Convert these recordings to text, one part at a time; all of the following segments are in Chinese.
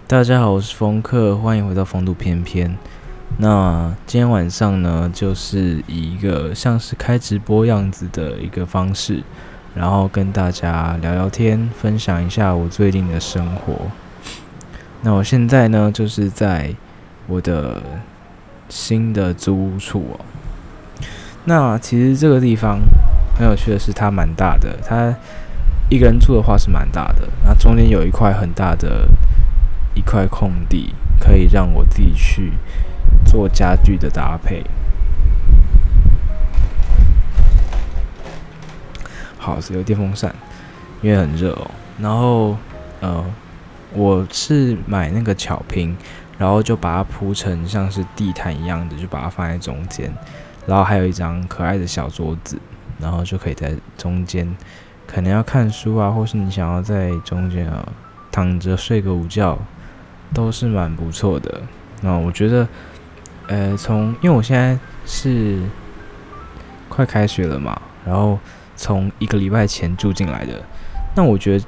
大家好，我是风客，欢迎回到风度翩翩。那今天晚上呢，就是以一个像是开直播样子的一个方式，然后跟大家聊聊天，分享一下我最近的生活。那我现在呢，就是在我的新的租屋处哦。那其实这个地方很有趣的是，它蛮大的，它一个人住的话是蛮大的，那中间有一块很大的一块空地，可以让我自己去做家具的搭配。好，是有电风扇，因为很热哦。然后我是买那个巧拼，然后就把它铺成像是地毯一样的，就把它放在中间，然后还有一张可爱的小桌子，然后就可以在中间，可能要看书啊，或是你想要在中间躺着睡个午觉，都是蛮不错的。那我觉得，因为我现在是快开学了嘛，然后从1个礼拜前住进来的，那我觉得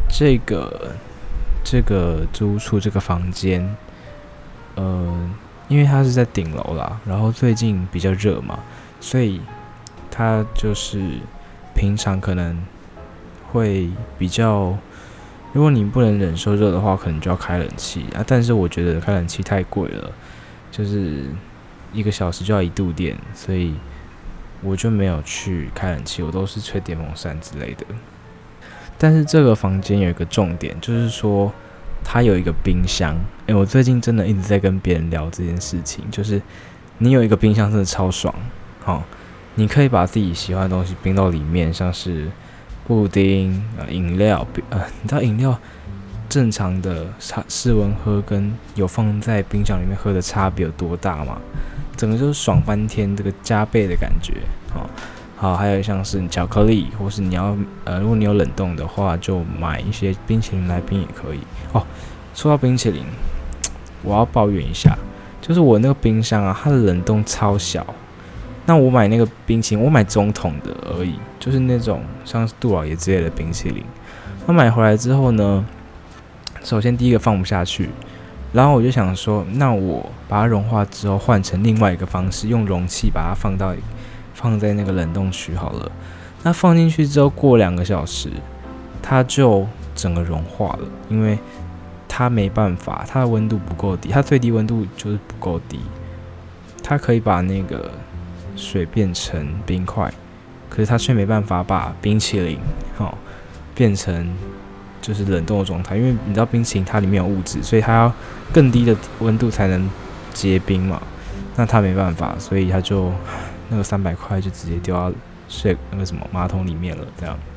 这个租屋处这个房间，因为它是在顶楼啦，然后最近比较热嘛，所以它就是平常可能会比较，如果你不能忍受热的话，可能就要开冷气啊。但是我觉得开冷气太贵了，就是1个小时就要1度电，所以我就没有去开冷气，我都是吹电风扇之类的。但是这个房间有一个重点，就是说它有一个冰箱。我最近真的一直在跟别人聊这件事情，就是你有一个冰箱真的超爽，你可以把自己喜欢的东西冰到里面，像是布丁、饮料，你知道饮料正常的室温喝跟有放在冰箱里面喝的差别有多大吗？整个就是爽翻天，这个加倍的感觉。好，还有像是巧克力，或是你要如果你有冷冻的话，就买一些冰淇淋来冰也可以。说到冰淇淋，我要抱怨一下，就是我那个冰箱啊，它的冷冻超小。那我买那个冰淇淋，我买中桶的而已，就是那种像是杜老爷之类的冰淇淋。那买回来之后呢，首先第一个放不下去，然后我就想说，那我把它融化之后，换成另外一个方式，用容器把它放在那个冷冻区好了。那放进去之后，过2个小时，它就整个融化了，因为它没办法，它的温度不够低，它最低温度就是不够低，它可以把那个水变成冰块，可是它却没办法把冰淇淋变成就是冷冻的状态，因为你知道冰淇淋它里面有物质，所以它要更低的温度才能结冰嘛。那它没办法，所以它就那个300块就直接丢到那个什么马桶里面了，这样。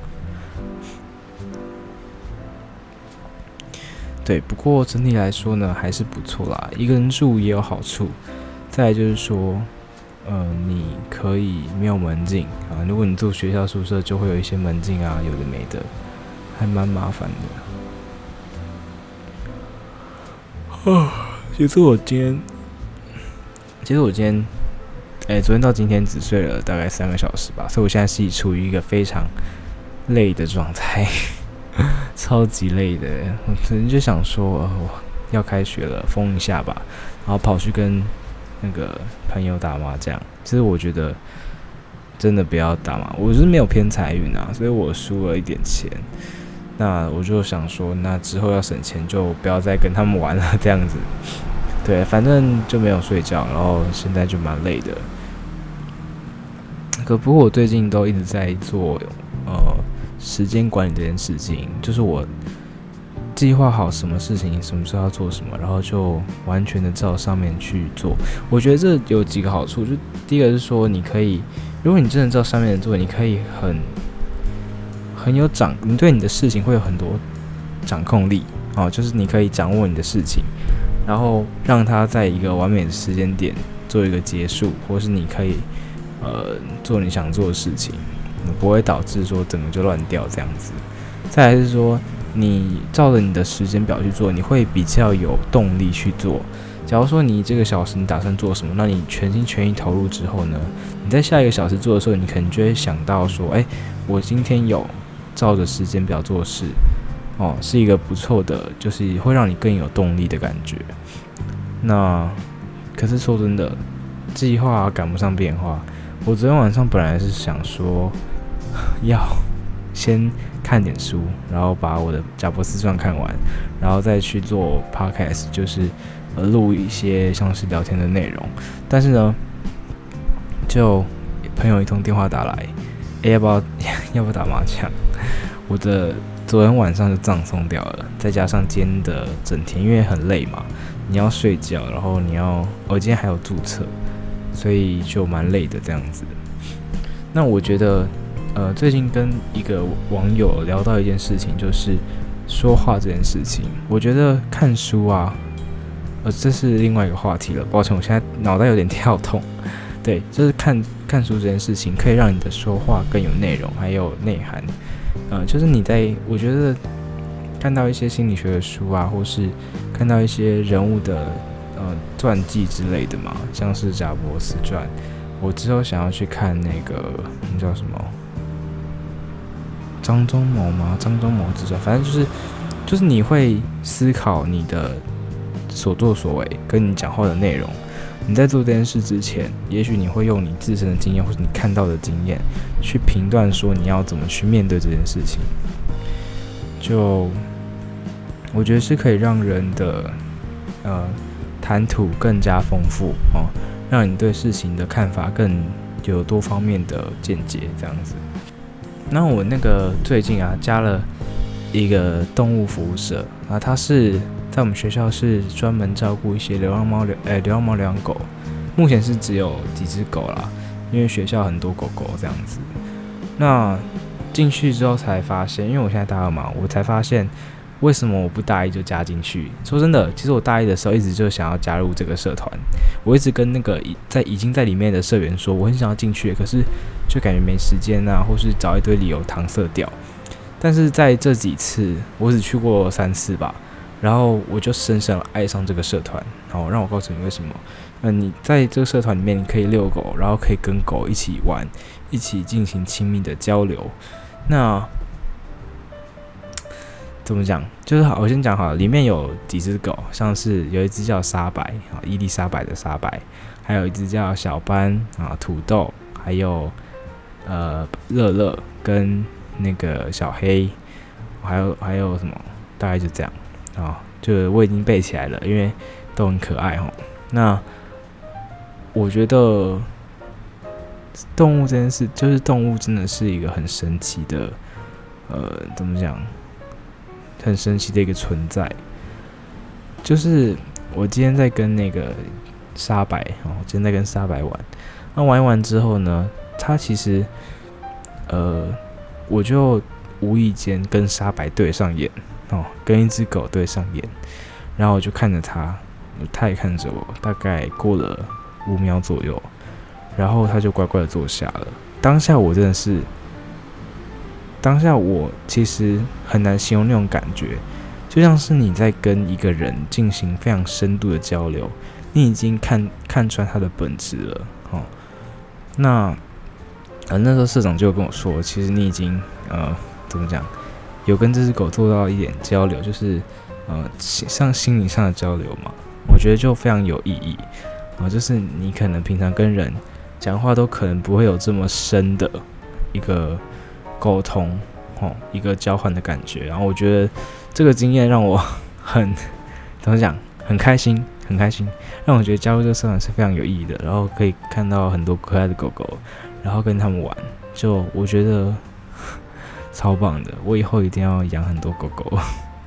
对，不过整体来说呢，还是不错啦。一个人住也有好处，再来就是说，你可以没有门禁啊。如果你住学校宿舍，就会有一些门禁啊，有的没的，还蛮麻烦的。其实我今天，昨天到今天只睡了大概3个小时吧，所以我现在是处于一个非常累的状态，超级累的。我可能就想说，要开学了，疯一下吧，然后跑去跟那个朋友打麻将。其实我觉得真的不要打嘛，我是没有偏财运啊，所以我输了一点钱。那我就想说，那之后要省钱，就不要再跟他们玩了，这样子。对，反正就没有睡觉，然后现在就蛮累的。不过我最近都一直在做时间管理这件事情，就是我计划好什么事情什么时候要做什么，然后就完全的照上面去做。我觉得这有几个好处，就第一个是说，你可以，如果你真的照上面的做，你可以你对你的事情会有很多掌控力就是你可以掌握你的事情，然后让它在一个完美的时间点做一个结束，或是你可以做你想做的事情，不会导致说整个就乱掉这样子。再来是说，你照着你的时间表去做，你会比较有动力去做。假如说你这个小时你打算做什么，那你全心全意投入之后呢，你在下1个小时做的时候，你可能就会想到说，我今天有照着时间表做事， 是一个不错的，就是会让你更有动力的感觉。那可是说真的，计划赶不上变化。我昨天晚上本来是想说要先看点书，然后把我的贾伯斯传看完，然后再去做 podcast， 就是录一些像是聊天的内容。但是呢，就朋友一通电话打来，要不要打麻将？我的昨天晚上就葬送掉了，再加上今天的整天，因为很累嘛，你要睡觉，然后我今天还有注册，所以就蛮累的这样子。那我觉得，最近跟一个网友聊到一件事情，就是说话这件事情。我觉得看书啊，这是另外一个话题了。抱歉，我现在脑袋有点跳动。对，就是看书这件事情，可以让你的说话更有内容，还有内涵。就是我觉得看到一些心理学的书啊，或是看到一些人物的传记之类的嘛，像是贾伯斯传，我之后想要去看那叫什么张忠谋吗？张忠谋之传，反正就是你会思考你的所作所为跟你讲话的内容。你在做这件事之前，也许你会用你自身的经验或是你看到的经验去评断说你要怎么去面对这件事情。就我觉得是可以让人的谈吐更加丰富让你对事情的看法更有多方面的见解这样子。那我最近加了一个动物服务社它是在我们学校是专门照顾一些流浪猫、流浪狗，目前是只有几只狗啦，因为学校很多狗狗这样子。那进去之后才发现，因为我现在大二嘛，我才发现为什么我不大一就加进去。说真的，其实我大一的时候一直就想要加入这个社团，我一直跟已经在里面的社员说我很想要进去，可是就感觉没时间啊，或是找一堆理由搪塞掉。但是在这几次，我只去过3次吧。然后我就深深爱上这个社团，让我告诉你为什么。你在这个社团里面，你可以遛狗，然后可以跟狗一起玩，一起进行亲密的交流。那怎么讲？就是好，我先讲好了，里面有几只狗，像是有一只叫沙白伊丽莎白的沙白，还有一只叫小斑土豆，还有乐乐跟那个小黑，还有什么？大概就这样。就我已经背起来了，因为都很可爱那我觉得动物这件事，就是动物真的是一个很神奇的，怎么讲？很神奇的一个存在。就是我今天在跟那个沙白，我今天在跟沙白玩，那玩一玩之后呢，它其实，我就无意间跟沙白对上眼。跟一只狗对上眼，然后我就看着它，它也看着我，大概过了5秒左右，然后它就乖乖的坐下了。当下我其实很难形容那种感觉，就像是你在跟一个人进行非常深度的交流，你已经看穿他的本质了。那时候社长就跟我说，其实你已经怎么讲？有跟这只狗做到一点交流，就是像心理上的交流嘛，我觉得就非常有意义就是你可能平常跟人讲话都可能不会有这么深的一个沟通一个交换的感觉。然后我觉得这个经验让我怎么讲，很开心，让我觉得加入这个社团是非常有意义的。然后可以看到很多可爱的狗狗，然后跟他们玩，就我觉得超棒的，我以后一定要养很多狗狗。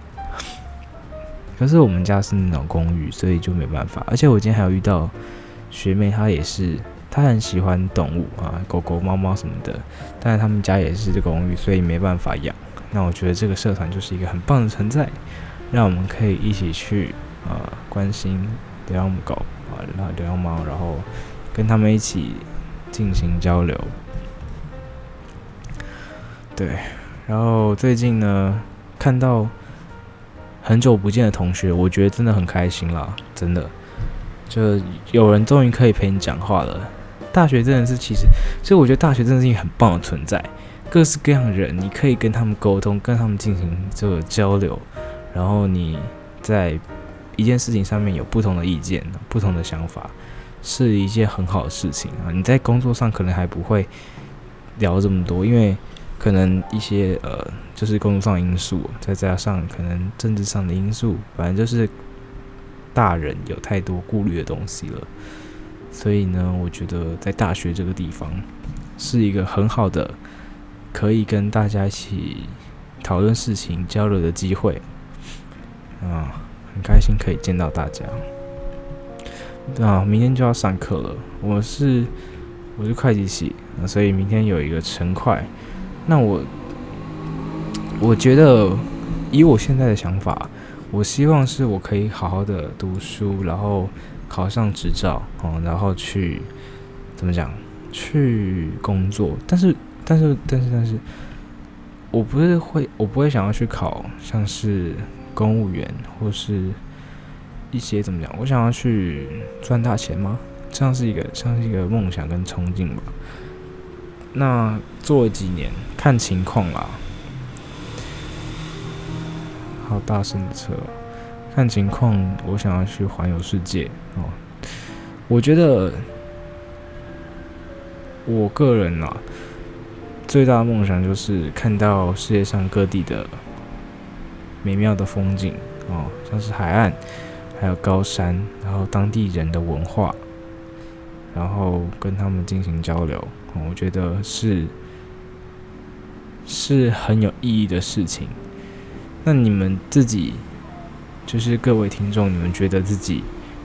可是我们家是那种公寓，所以就没办法。而且我今天还有遇到学妹，她很喜欢动物狗狗、猫猫什么的，但是他们家也是公寓，所以没办法养。那我觉得这个社团就是一个很棒的存在，让我们可以一起去关心流浪狗流浪猫，然后跟他们一起进行交流。对。然后最近呢，看到很久不见的同学，我觉得真的很开心啦，真的，就有人终于可以陪你讲话了。大学真的是，其实我觉得大学真的是一个很棒的存在。 各式各样的人，你可以跟他们沟通，跟他们进行这个交流，然后你在一件事情上面有不同的意见、不同的想法，是一件很好的事情啊。你在工作上可能还不会聊这么多，因为可能一些就是工作上的因素，再加上可能政治上的因素，反正就是大人有太多顾虑的东西了。所以呢，我觉得在大学这个地方是一个很好的可以跟大家一起讨论事情、交流的机会啊，很开心可以见到大家。明天就要上课了，我是会计系，所以明天有一个成会。那我觉得以我现在的想法，我希望是我可以好好的读书，然后考上执照，然后去去工作。但是，我不会想要去考像是公务员或是一些我想要去赚大钱吗？像是一个梦想跟憧憬吧。那做了几年，看情况啦。好大声的车，看情况，我想要去环游世界哦。我觉得我个人最大的梦想就是看到世界上各地的美妙的风景哦，像是海岸，还有高山，然后当地人的文化，然后跟他们进行交流，我觉得是很有意义的事情。那你们自己，就是各位听众，你们觉得自己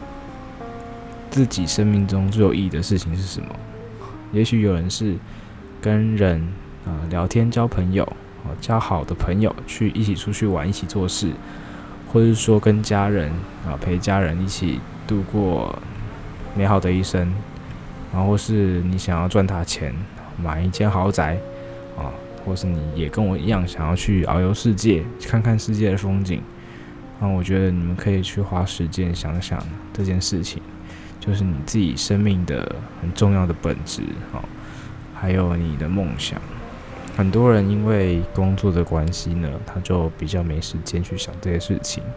生命中最有意义的事情是什么？也许有人是跟人聊天、交朋友，交好的朋友，一起出去玩，一起做事，或者是说跟家人陪家人一起度过美好的一生，然后或是你想要赚大钱，买一间豪宅或是你也跟我一样想要去遨游世界，看看世界的风景，我觉得你们可以去花时间想想这件事情，就是你自己生命的很重要的本质还有你的梦想。很多人因为工作的关系呢，他就比较没时间去想这些事情，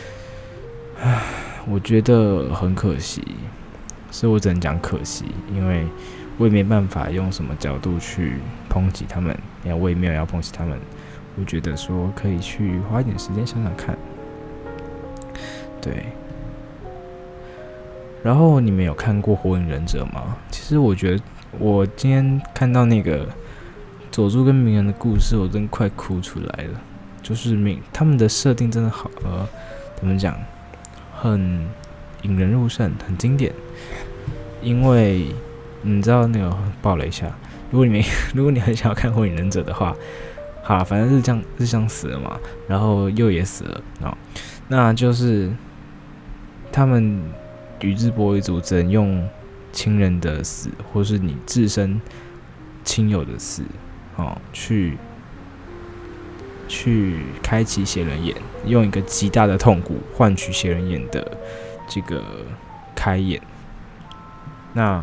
我觉得很可惜，所以我只能讲可惜，因为我也没办法用什么角度去抨击他们，我也没有要抨击他们。我觉得说可以去花一点时间想想看，对。然后你们有看过《火影忍者》吗？其实我觉得我今天看到那个佐助跟鸣人的故事，我真的快哭出来了。就是他们的设定真的好，很引人入胜，很经典。因为你知道那个爆了一下，如果你很想要看《火影忍者》的话，好，反正日向死了嘛，然后佑也死了那就是他们宇智波一族只能用亲人的死，或是你自身亲友的死去开启血轮眼，用一个极大的痛苦换取血轮眼的这个开眼。那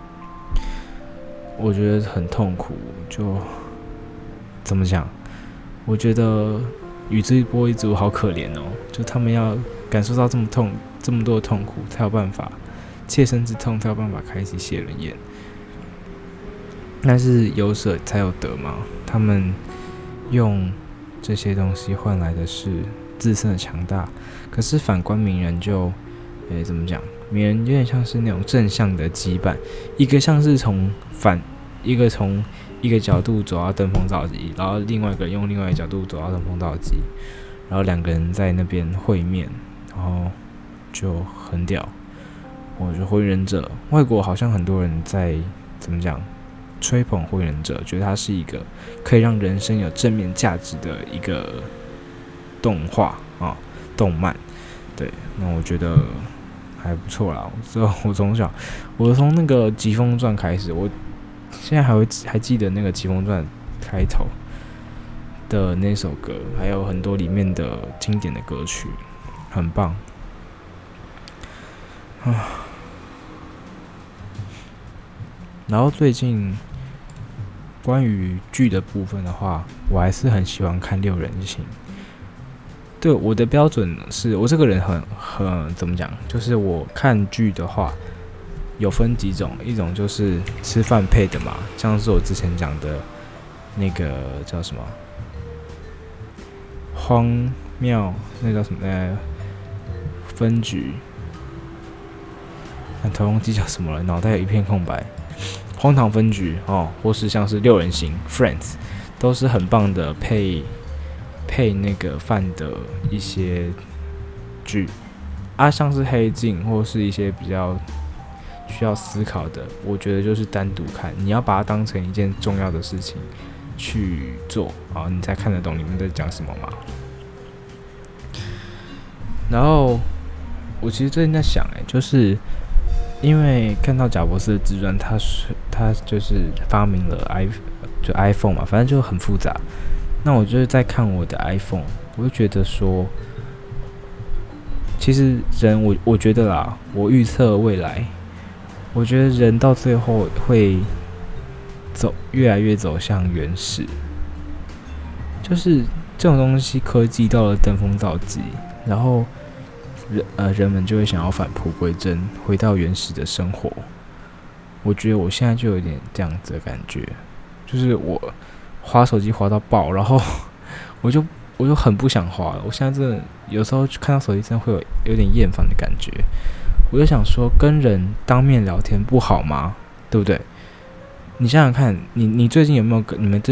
我觉得很痛苦，就怎么讲？我觉得宇智波一族好可怜哦，就他们要感受到这么多的痛苦，才有办法切身之痛，才有办法开启血轮眼。但是有舍才有得嘛，他们用这些东西换来的是自身的强大。可是反观鸣人就，怎么讲？鸣人有点像是那种正向的羁绊，一个像是从一个角度走到登峰造极，然后另外一个人用另外一个角度走到登峰造极，然后两个人在那边会面，然后就很屌。我觉得火影忍者，外国好像很多人在吹捧火影忍者，觉得它是一个可以让人生有正面价值的一个动画动漫。对，那我觉得还不错啦。我从那个《疾风传》开始，我现在还记得那个《疾风传》开头的那首歌，还有很多里面的经典的歌曲，很棒然后最近关于剧的部分的话，我还是很喜欢看六人行。对，我的标准是我这个人很怎么讲，就是我看剧的话有分几种，一种就是吃饭配的嘛，像是我之前讲的那个叫什么荒谬，那叫什么分局，头忘记叫什么了，脑袋有一片空白。荒唐分局哦，或是像是六人行 Friends， 都是很棒的配那个饭的一些剧啊，像是黑镜或是一些比较需要思考的，我觉得就是单独看，你要把它当成一件重要的事情去做啊，你才看得懂你们在讲什么嘛。然后我其实最近在想，就是因为看到贾伯斯的自传，他就是发明了iPhone 嘛，反正就很复杂。那我就是在看我的 iPhone， 我就觉得说，其实人我觉得啦，我预测未来，我觉得人到最后会越来越走向原始，就是这种东西科技到了登峰造极，然后人们就会想要返璞归真，回到原始的生活。我觉得我现在就有点这样子的感觉，就是我滑手机滑到爆，然后我就很不想滑了。我现在真的有时候看到手机，真的会有点厌烦的感觉。我就想说，跟人当面聊天不好吗？对不对？你想想看，你最近有没有跟你们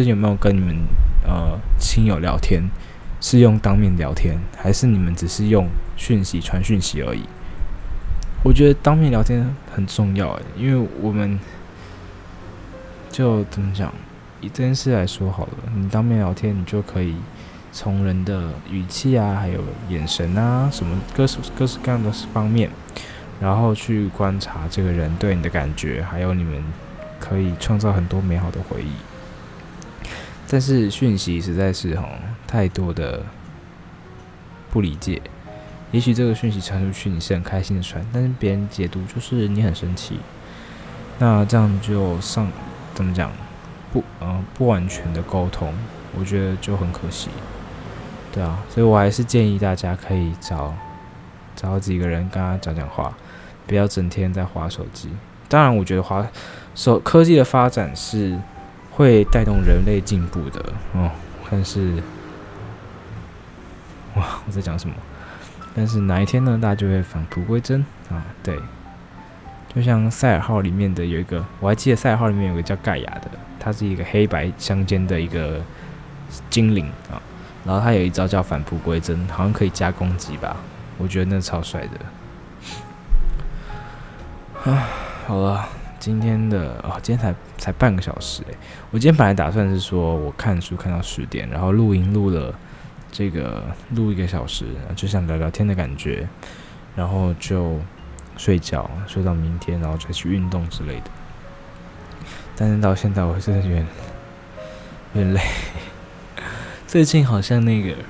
亲友聊天？是用当面聊天，还是你们只是用讯息传讯息而已？我觉得当面聊天很重要，因为我们就怎么讲，以这件事来说好了，你当面聊天，你就可以从人的语气啊，还有眼神啊，什么各式各样的方面，然后去观察这个人对你的感觉，还有你们可以创造很多美好的回忆。但是讯息实在是太多的不理解，也许这个讯息传出去你是很开心的传，但是别人解读就是你很生气，那这样就怎么讲不完全的沟通，我觉得就很可惜。对啊，所以我还是建议大家可以找几个人跟他讲话，不要整天在滑手机。当然我觉得科技的发展是会带动人类进步的但是我在讲什么？但是哪一天呢，大家就会返璞归真啊！对，就像赛尔号里面的有一个，我还记得赛尔号里面有个叫盖亚的，他是一个黑白相间的一个精灵啊，然后他有一招叫返璞归真，好像可以加攻击吧？我觉得那超帅的。好了。今天才半个小时我今天本来打算是说我看书看到10点，然后录音录了1个小时，就像聊聊天的感觉，然后就睡觉睡到明天，然后再去运动之类的。但是到现在我真的有点累。最近好像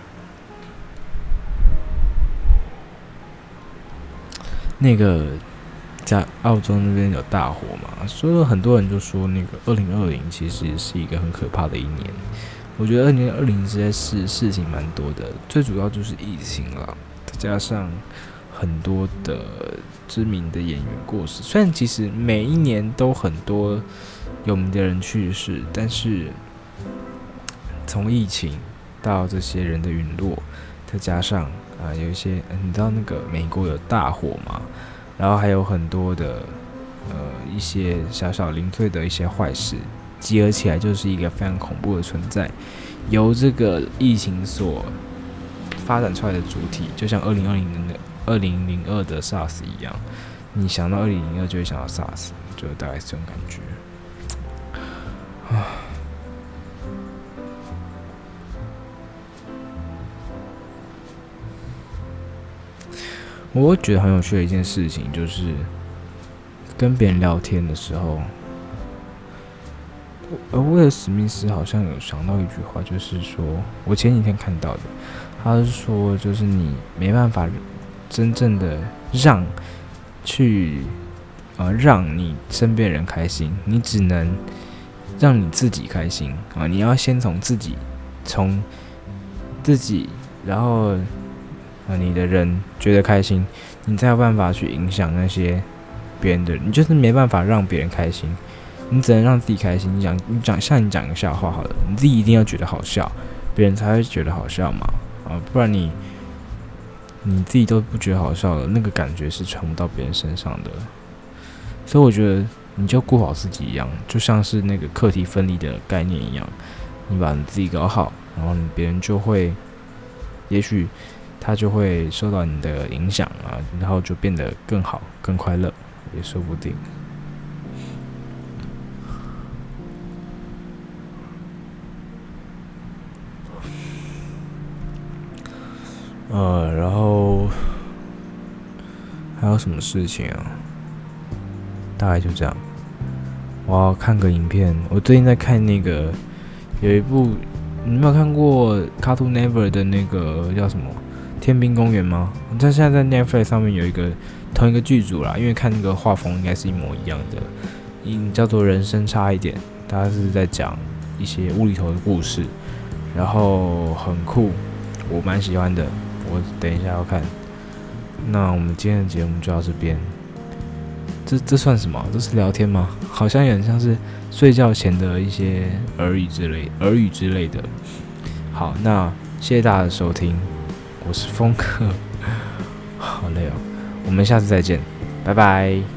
那个。在澳洲那边有大火嘛，所以很多人就说2020其实是一个很可怕的一年。我觉得2020实在是事情蛮多的，最主要就是疫情啦，再加上很多的知名的演员过世。虽然其实每一年都很多有名的人去世，但是从疫情到这些人的陨落，再加上有一些你知道那个美国有大火嘛？然后还有很多的一些小小零碎的一些坏事，集合起来就是一个非常恐怖的存在。由这个疫情所发展出来的主体，就像2002的 SARS 一样，你想到2002就会想到 SARS， 就大概是这种感觉。我觉得很有趣的一件事情，就是跟别人聊天的时候，威尔史密斯好像有想到一句话，就是说我前几天看到的，他是说，就是你没办法真正的让你身边人开心，你只能让你自己开心啊！你要先从自己，然后你的人觉得开心，你才有办法去影响那些别人的人。你就是没办法让别人开心，你只能让自己开心。你讲一个笑话好了，你自己一定要觉得好笑，别人才会觉得好笑嘛不然你自己都不觉得好笑了，那个感觉是传不到别人身上的。所以我觉得你就顾好自己一样，就像是那个课题分离的概念一样，你把你自己搞好，然后别人就会，也许他就会受到你的影响然后就变得更好、更快乐，也说不定。然后还有什么事情啊？大概就这样。我要看个影片，我最近在看那个有一部，你没有看过 Cartoon Network 的那个叫什么《天兵公园》吗？它现在在 Netflix 上面有同一个剧组啦，因为看那个画风应该是一模一样的，叫做《人生差一点》，它是在讲一些无厘头的故事，然后很酷，我蛮喜欢的。我等一下要看。那我们今天的节目就到这边。这算什么？这是聊天吗？好像有点像是睡觉前的一些耳语之类的。好，那谢谢大家的收听，我是峰哥，好累哦，我们下次再见，拜拜。